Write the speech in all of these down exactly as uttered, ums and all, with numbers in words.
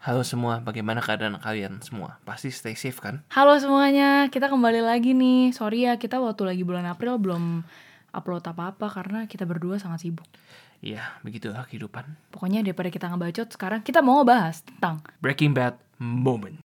Halo semua, bagaimana keadaan kalian semua? Pasti stay safe kan? Halo semuanya, kita kembali lagi nih. Sorry ya, kita waktu lagi bulan April belum upload apa-apa karena kita berdua sangat sibuk. Iya, begitulah kehidupan. Pokoknya daripada kita ngebacot, sekarang kita mau ngebahas tentang Breaking Bad moment.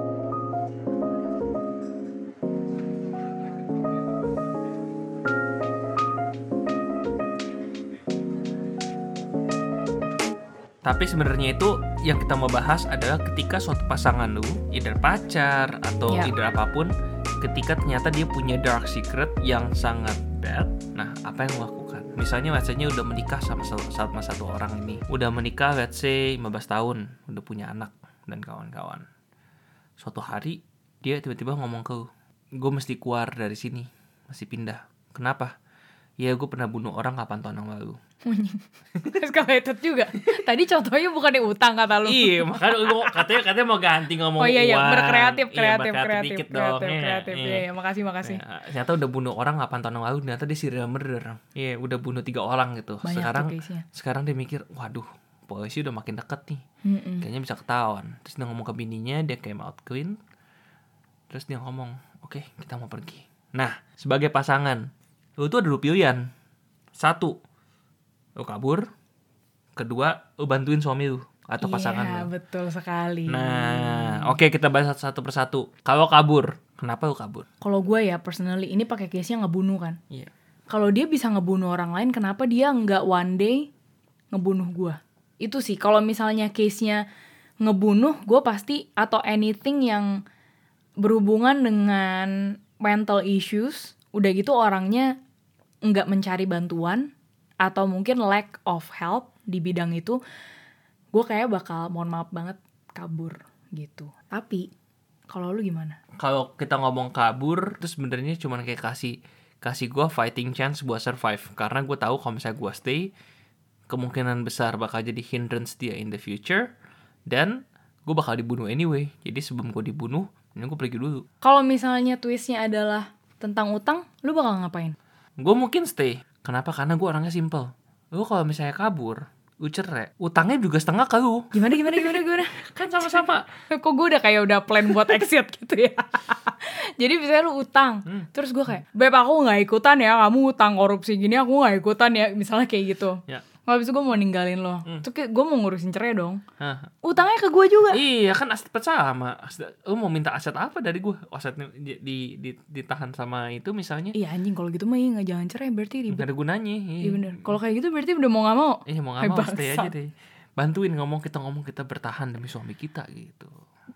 Tapi sebenarnya itu yang kita mau bahas adalah ketika suatu pasangan lu, either pacar atau Ya. either apapun, ketika ternyata dia punya dark secret yang sangat bad. Nah, apa yang lo lakukan? Misalnya let's say-nya udah menikah sama sama satu orang ini. Udah menikah let's say lima belas tahun, udah punya anak dan kawan-kawan. Suatu hari dia tiba-tiba ngomong ke lu, gue mesti keluar dari sini, mesti pindah. Kenapa? Ya gue pernah bunuh orang delapan tahun yang lalu. escalated juga. Tadi contohnya bukan di utang kata lu. Iya, makanya gue katanya katanya mau ganti ngomong Oh iya iya, uang. berkreatif, Iya, kreatif, berkreatif kreatif, dikit kreatif, dong. Iya, kreatif. iya. Iya, iya, makasih, makasih. Nah, ternyata udah bunuh orang delapan tahun yang lalu, ternyata dia serial murder. Iya, udah bunuh tiga orang gitu. Banyak sekarang tuh case-nya. sekarang dia mikir, waduh, polisi udah makin deket nih. Mm-mm. Kayaknya bisa ketahuan. Terus dia ngomong ke bininya, dia came out clean. Terus dia ngomong, oke, okay, kita mau pergi. Nah, sebagai pasangan, lu tuh ada dua pilihan. Satu, lu kabur. Kedua, lu bantuin suami lu atau pasangan Iya, lu. betul sekali. Nah, oke okay, kita bahas satu persatu. Kalau kabur, kenapa lu kabur? Kalau gue ya personally ini pakai case-nya ngebunuh kan. Iya. Kalau dia bisa ngebunuh orang lain, kenapa dia nggak one day ngebunuh gue? Itu sih, kalau misalnya case-nya ngebunuh, gue pasti, atau anything yang berhubungan dengan mental issues, udah gitu orangnya nggak mencari bantuan, atau mungkin lack of help di bidang itu, gue kayak bakal, mohon maaf banget, kabur gitu. Tapi, kalau lu gimana? Kalau kita ngomong kabur, itu sebenarnya cuma kayak kasih kasih gue fighting chance buat survive. Karena gue tahu kalau misalnya gue stay, kemungkinan besar bakal jadi hindrance dia in the future, dan gue bakal dibunuh anyway. Jadi sebelum gue dibunuh, ini gue pergi dulu. Kalau misalnya twistnya adalah tentang utang, lu bakal ngapain? Gue mungkin stay. Kenapa? Karena gue orangnya simple. Lu kalau misalnya kabur, lu cerai, utangnya juga setengah ke lu. Gimana, gimana, gimana, gimana? Kan sama-sama. Kok gue udah kayak udah plan buat exit gitu ya. Jadi misalnya lu utang, hmm. terus gue kayak, Beb aku gak ikutan ya, kamu utang korupsi gini aku gak ikutan ya. Misalnya kayak gitu. Ya. Habis itu gue mau ninggalin lo, hmm. terus gue mau ngurusin cerai dong. Hah. Utangnya ke gue juga. Iya kan aset bersama. Lu mau minta aset apa dari gue? Asetnya di, di, di, ditahan sama itu misalnya. Iya anjing, kalau gitu mah iya gak, jangan cerai, berarti ribet. Gak ada gunanya. Iya, iya bener. Kalau kayak gitu berarti udah mau gak mau. Iya mau gak mau stay aja deh. Bantuin ngomong, kita ngomong kita bertahan demi suami kita gitu.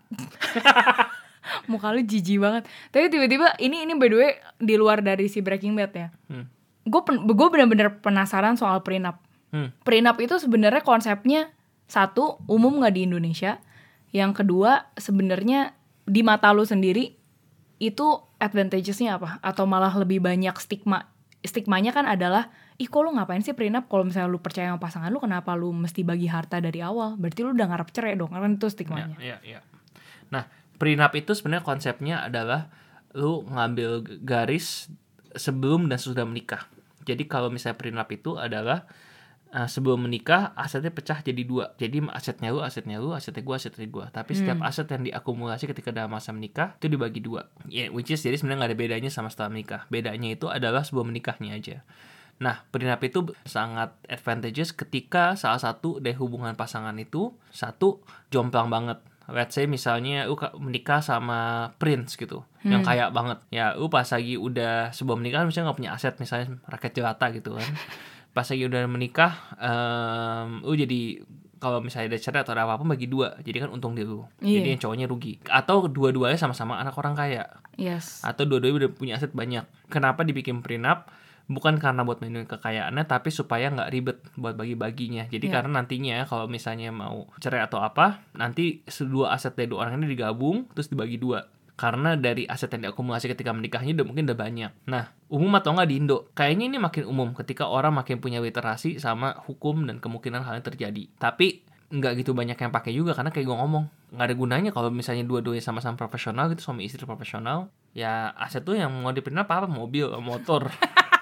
Muka lu jijik banget. Tapi tiba-tiba ini ini by the way di luar dari si Breaking Bad ya. Hmm. Gue pen, gue benar-benar penasaran soal prenup. Hmm. Prenup itu sebenarnya konsepnya satu, umum nggak di Indonesia. Yang kedua, sebenarnya di mata lu sendiri itu advantages-nya apa? Atau malah lebih banyak stigma? Stigmanya kan adalah, ih kok lu ngapain sih prenup? Kalau misalnya lu percaya sama pasangan lu, kenapa lu mesti bagi harta dari awal? Berarti lu udah ngarep cerai dong, karena itu stigmanya. Iya, iya, iya. Nah, prenup itu sebenarnya konsepnya adalah lu ngambil garis sebelum dan sesudah menikah. Jadi kalau misalnya prenup itu adalah Uh, sebelum menikah asetnya pecah jadi dua. Jadi asetnya lu, asetnya lu, asetnya gua, asetnya gua. Tapi setiap hmm. aset yang diakumulasi ketika dalam masa menikah itu dibagi dua. Yeah, which is jadi sebenarnya nggak ada bedanya sama setelah menikah. Bedanya itu adalah sebelum menikahnya aja. Nah, prenup itu sangat advantageous ketika salah satu dari hubungan pasangan itu satu jomplang banget. Let's say misalnya lu menikah sama prince gitu, hmm. yang kaya banget. Ya, lu pas lagi udah sebelum menikah misalnya nggak punya aset, misalnya rakyat jelata gitu kan. Pas lagi udah menikah, um, lu jadi kalau misalnya ada cerai atau ada apa-apa bagi dua, jadi kan untung dia lu. Yeah. Jadi yang cowoknya rugi. Atau dua-duanya sama-sama anak orang kaya. Yes. Atau dua-duanya udah punya aset banyak. Kenapa dibikin prenup? Bukan karena buat melindungi kekayaannya, tapi supaya nggak ribet buat bagi-baginya. Jadi yeah. karena nantinya kalau misalnya mau cerai atau apa, nanti dua aset dari dua orang ini digabung, terus dibagi dua. Karena dari aset yang diakumulasi ketika menikahnya udah mungkin udah banyak. Nah, umum atau nggak di Indo? Kayaknya ini makin umum ketika orang makin punya literasi sama hukum dan kemungkinan hal yang terjadi. Tapi nggak gitu banyak yang pakai juga, karena kayak gue ngomong, nggak ada gunanya kalau misalnya dua-duanya sama-sama profesional gitu, suami istri profesional. Ya aset tuh yang mau di prenup apa? Mobil, motor.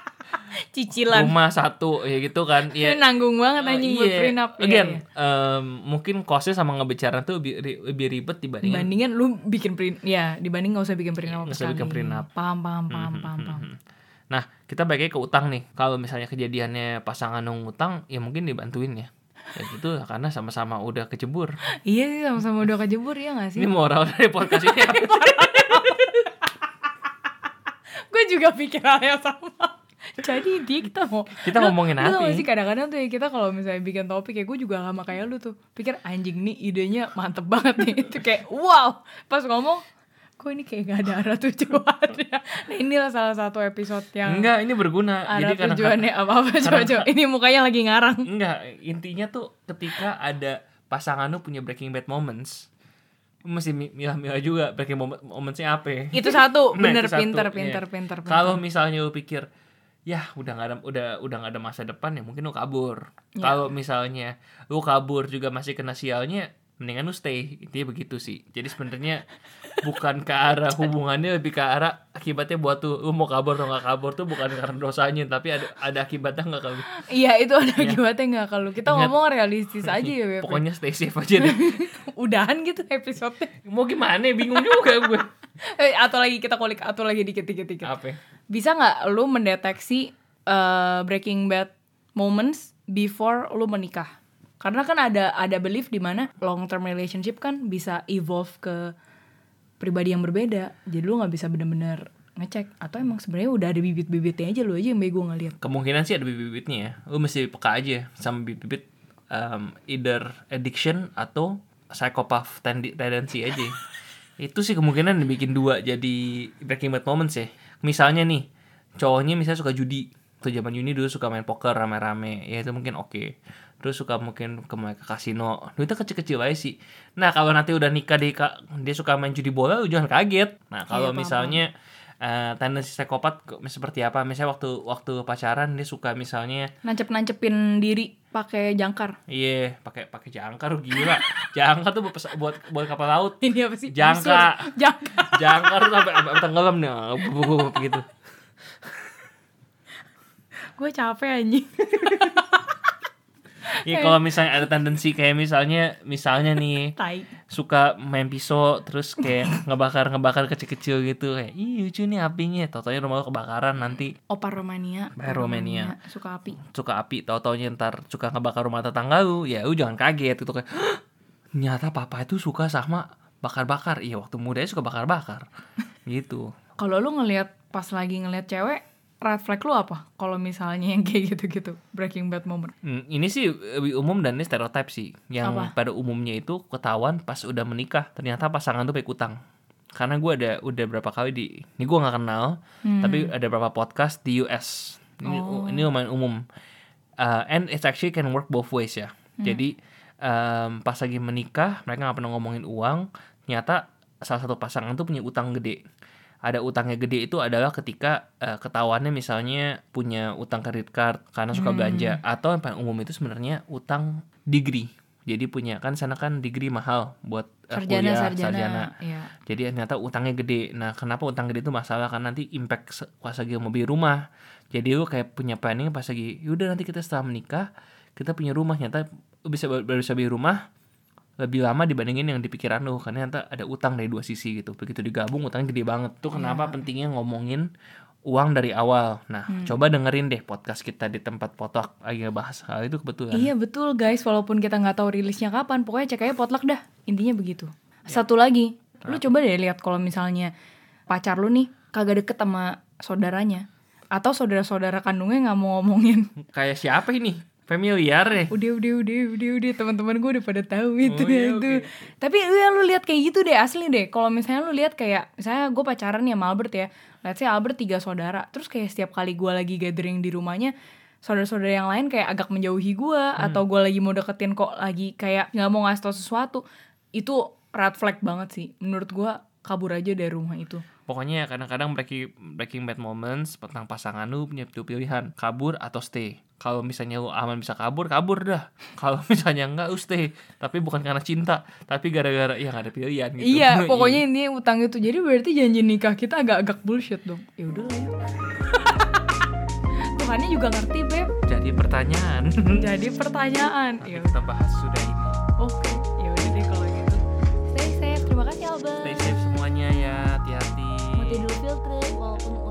cicilan rumah satu ya gitu kan ya. Nanggung banget anjing uh, buat prenup. Again, iya, iya. Um, mungkin costnya sama ngebicara tuh lebih, lebih ribet dibandingin dibandingin lu bikin prenup ya dibanding nggak usah bikin prenup nggak usah bikin prenup. Paham paham paham hmm, paham hmm, paham. Nah kita balik ke utang nih. Kalau misalnya kejadiannya pasangan ngutang ya mungkin dibantuin ya. Ya gitu karena sama-sama udah kejebur. Iya sih sama-sama udah kejebur ya nggak sih. Ini moral dari podcast ini. Gue juga pikir hal yang sama. Jadi dia kita mau kita ngomongin apa sih kadang-kadang tuh ya kita kalau misalnya bikin topik ya gue juga sama kayak lu tuh pikir anjing nih idenya mantep banget nih. Itu kayak wow pas ngomong kok ini kayak gak ada arah tujuannya. Nah inilah salah satu episode yang enggak ini berguna. Arah jadi tujuannya apa-apa coba-coba. Ini mukanya lagi ngarang. Enggak, intinya tuh ketika ada pasangan lu punya breaking bad moments, mesti milah-milah juga breaking momentsnya apa. Itu satu, nah, bener itu pinter, satu. pinter, ya. pinter, pinter. Kalau misalnya lu pikir ya udah nggak ada udah udah nggak ada masa depan ya mungkin lu kabur. Ya. Kalau misalnya lu kabur juga masih kena sialnya, mendingan lu stay. Intinya begitu sih. Jadi sebenarnya bukan ke arah hubungannya, lebih ke arah akibatnya buat tuh lu mau kabur atau nggak kabur tuh bukan karena dosanya, tapi ada ada akibatnya nggak kalau. Iya itu ada akibatnya nggak kalau kita Ingat, ngomong realistis aja ya Bebe. Pokoknya stay safe aja deh. Udahan gitu episode. Mau gimana? Bingung juga gue. Atau lagi kita kulik atau lagi dikit-dikit. Apa? Bisa nggak lu mendeteksi uh, breaking bad moments before lu menikah? Karena kan ada ada belief di mana long term relationship kan bisa evolve ke pribadi yang berbeda. Jadi lu nggak bisa benar-benar ngecek atau emang sebenarnya udah ada bibit-bibitnya aja lu aja yang bego ngeliat. Kemungkinan sih ada bibit-bibitnya ya. Lu mesti peka aja sama bibit-bibit um, either addiction atau psychopath tendency aja. Itu sih kemungkinan dibikin dua jadi breaking bad moments ya. Misalnya nih, cowoknya misalnya suka judi. Tuh zaman Uni dulu suka main poker rame-rame. Ya itu mungkin oke. Okay. Terus suka mungkin ke, ke kasino. Duitnya kecil-kecil aja sih. Nah kalau nanti udah nikah dia, dia suka main judi bola, lu jangan kaget. Nah kalau iya, misalnya uh, tendensi psikopat seperti apa? Misalnya waktu waktu pacaran dia suka misalnya nancep-nancepin diri pakai jangkar. Iya, pakai pakai jangkar gila. Jangkar tuh buat buat, buat kapal laut. Ini apa sih? Jangka. Jangkar. Jangkar tuh sampai sampai tenggelam nih. Gitu. Gue capek anjing. Iya kalau misalnya ada tendensi kayak misalnya misalnya nih Tai. Suka main pisau terus kayak ngebakar ngebakar kecil-kecil gitu kayak ih lucu nih apinya, tau-taunya rumah lo kebakaran nanti. Opa Romania. Opa Romania suka api. Suka api tau-taunya ntar suka ngebakar rumah tetangga lu, ya lu jangan kaget gitu kayak ternyata papa itu suka sama bakar-bakar. Iya waktu mudanya suka bakar-bakar gitu. Kalau lu ngelihat pas lagi ngelihat cewek, red flag lu apa? Kalau misalnya yang kayak gitu-gitu, breaking bad moment. Hmm, ini sih lebih umum dan ini stereotip sih. Yang apa? Pada umumnya itu ketahuan pas udah menikah, ternyata pasangan tuh baik utang. Karena gue ada udah berapa kali di, ini gue nggak kenal, hmm. tapi ada berapa podcast di U S. Ini, oh. ini lumayan umum. Uh, and it actually can work both ways ya. Hmm. Jadi um, pas lagi menikah, mereka nggak pernah ngomongin uang. Ternyata salah satu pasangan tuh punya utang gede. Ada utangnya gede itu adalah ketika uh, ketahuannya misalnya punya utang kredit card karena suka belanja, hmm. atau yang paling umum itu sebenarnya utang degree. Jadi punya kan sana kan degree mahal buat uh, sarjana, kuliah sarjana. sarjana. Iya. Jadi ternyata utangnya gede. Nah kenapa utang gede itu masalah? Karena nanti impact pas lagi mau beli rumah. Jadi lu kayak punya planning pas lagi yaudah nanti kita setelah menikah kita punya rumah, ternyata lu bisa baru bisa beli rumah lebih lama dibandingin yang di pikiran lu, karena ternyata ada utang dari dua sisi gitu. Begitu digabung utangnya gede banget. Itu kenapa yeah. pentingnya ngomongin uang dari awal. Nah, hmm. coba dengerin deh podcast kita di tempat Potluck lagi ngebahas hal itu kebetulan. Iya betul guys, walaupun kita nggak tahu rilisnya kapan, pokoknya cek aja Potluck dah. Intinya begitu. Yeah. Satu lagi, lu nah. coba deh lihat kalau misalnya pacar lu nih kagak deket sama saudaranya atau saudara-saudara kandungnya nggak mau ngomongin. Kayak siapa ini? Familiar ya? Udah, udah, udah, udah, udah. Teman-teman gue udah pada tahu itu, oh, iya, itu. Okay. Tapi lu ya lu lihat kayak gitu deh, asli deh. Kalau misalnya lu lihat kayak, misalnya gue pacaran ya sama Albert ya. Let's say Albert tiga saudara. Terus kayak setiap kali gue lagi gathering di rumahnya, saudara-saudara yang lain kayak agak menjauhi gue, hmm. atau gue lagi mau deketin kok lagi kayak nggak mau ngasih tau sesuatu. Itu red flag banget sih. Menurut gue kabur aja dari rumah itu. Pokoknya kadang-kadang breaking, breaking bad moments tentang pasangan lu punya pilihan kabur atau stay. Kalau misalnya lu aman bisa kabur, kabur dah. Kalau misalnya enggak, lu stay. Tapi bukan karena cinta, tapi gara-gara ya gak ada pilihan gitu. Iya, pokoknya ini utang itu. Jadi berarti janji nikah kita agak-agak bullshit dong. Ya udah lah ya. Tuh alasannya juga ngerti, Beb. Jadi pertanyaan. Jadi pertanyaan. Nanti kita bahas sudah ini. Oke, ya udah deh kalau gitu. Stay safe. Terima kasih, Albert. Stay safe semuanya ya, hati-hati. Mati dulu filter walaupun